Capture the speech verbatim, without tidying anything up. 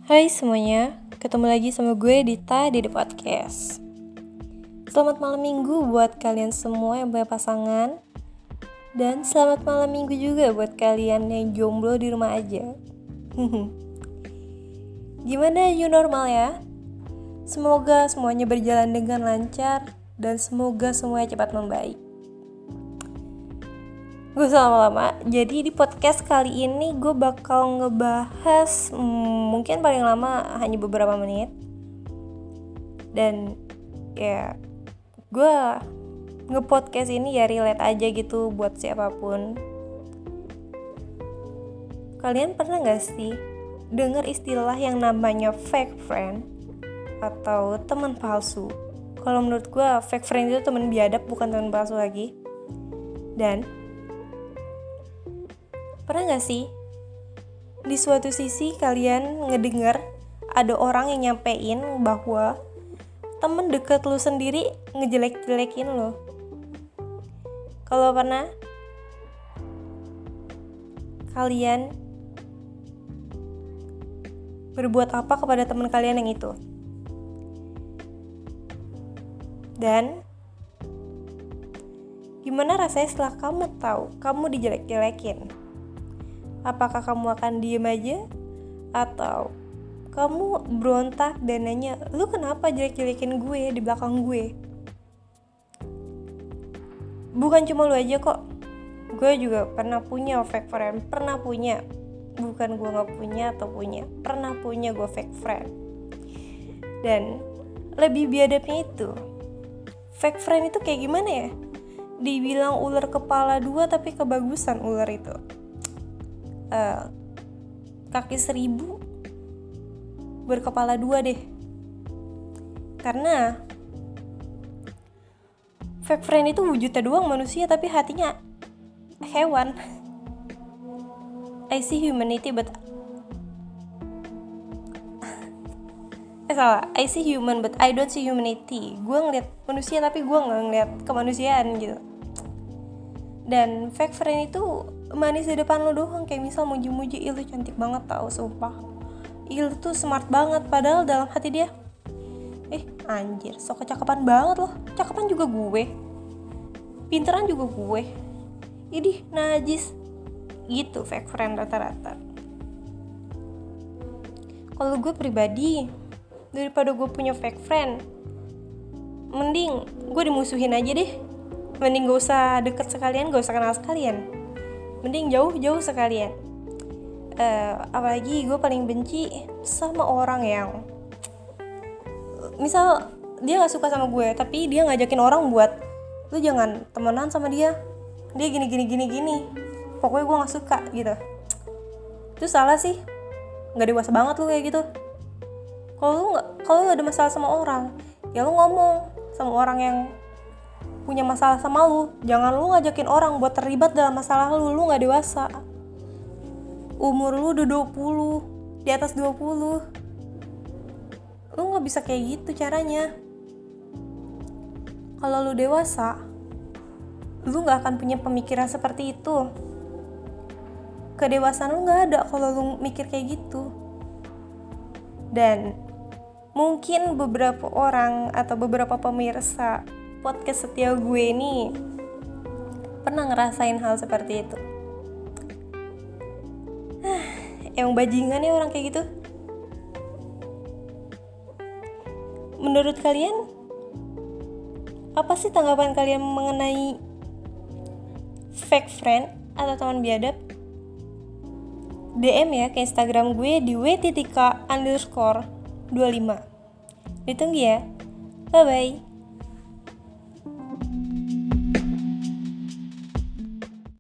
Hai semuanya, ketemu lagi sama gue Dita di The Podcast. Selamat malam minggu buat kalian semua yang punya pasangan. Dan selamat malam minggu juga buat kalian yang jomblo di rumah aja. Gimana new normal ya? Semoga semuanya berjalan dengan lancar dan semoga semuanya cepat membaik. Gue lama-lama, jadi di podcast kali ini gue bakal ngebahas hmm, mungkin paling lama hanya beberapa menit. Dan ya gue nge-podcast ini ya relate aja gitu buat siapapun. Kalian pernah gak sih denger istilah yang namanya fake friend atau teman palsu? Kalau menurut gue fake friend itu teman biadab, bukan teman palsu lagi. Dan pernah gak sih di suatu sisi kalian ngedenger ada orang yang nyampein bahwa temen deket lu sendiri ngejelek-jelekin lu? Kalau pernah, kalian berbuat apa kepada teman kalian yang itu? Dan gimana rasanya setelah kamu tahu kamu dijelek-jelekin? Apakah kamu akan diem aja? Atau kamu berontak dan nanya, lu kenapa jelek-jelekin gue di belakang gue? Bukan cuma lu aja kok. Gue juga pernah punya fake friend. Pernah punya. Bukan gue gak punya atau punya. Pernah punya gue fake friend. Dan lebih biadabnya itu, fake friend itu kayak gimana ya? Dibilang ular kepala dua tapi kebagusan ular itu. Uh, kaki seribu berkepala dua deh. Karena fake friend itu wujudnya doang manusia tapi hatinya hewan. I see humanity but eh salah I see human but I don't see humanity. Gue ngeliat manusia tapi gue gak ngeliat kemanusiaan gitu. Dan fake friend itu manis di depan lo doang, kayak misal muji-muji, ih lu cantik banget tau, sumpah, ih lu tuh smart banget, padahal dalam hati dia, eh anjir sok kecakapan banget loh, cakapan juga gue, pinteran juga gue, idih najis. Gitu fake friend rata-rata. Kalau gue pribadi, daripada gue punya fake friend, mending gue dimusuhin aja deh. Mending gak usah deket sekalian, gak usah kenal sekalian, mending jauh-jauh sekalian. uh, Apalagi gue paling benci sama orang yang misal dia gak suka sama gue, tapi dia ngajakin orang buat, lu jangan temenan sama dia, dia gini gini gini gini, pokoknya gue gak suka gitu. Itu salah sih, gak dewasa banget lu kayak gitu. Kalau lu gak, kalau lu ada masalah sama orang, ya lu ngomong sama orang yang punya masalah sama lu. Jangan lu ngajakin orang buat terlibat dalam masalah lu. Lu gak dewasa. Umur lu udah dua puluh, di atas dua puluh. Lu gak bisa kayak gitu caranya. Kalau lu dewasa, lu gak akan punya pemikiran seperti itu. Kedewasaan lu gak ada kalau lu mikir kayak gitu. Dan mungkin beberapa orang atau beberapa pemirsa podcast setia gue ini pernah ngerasain hal seperti itu. Emang bajingan ya orang kayak gitu. Menurut kalian, apa sih tanggapan kalian mengenai fake friend atau teman biadab? D M ya ke Instagram gue di w titik k underscore dua puluh lima. Ditunggu ya. Bye bye.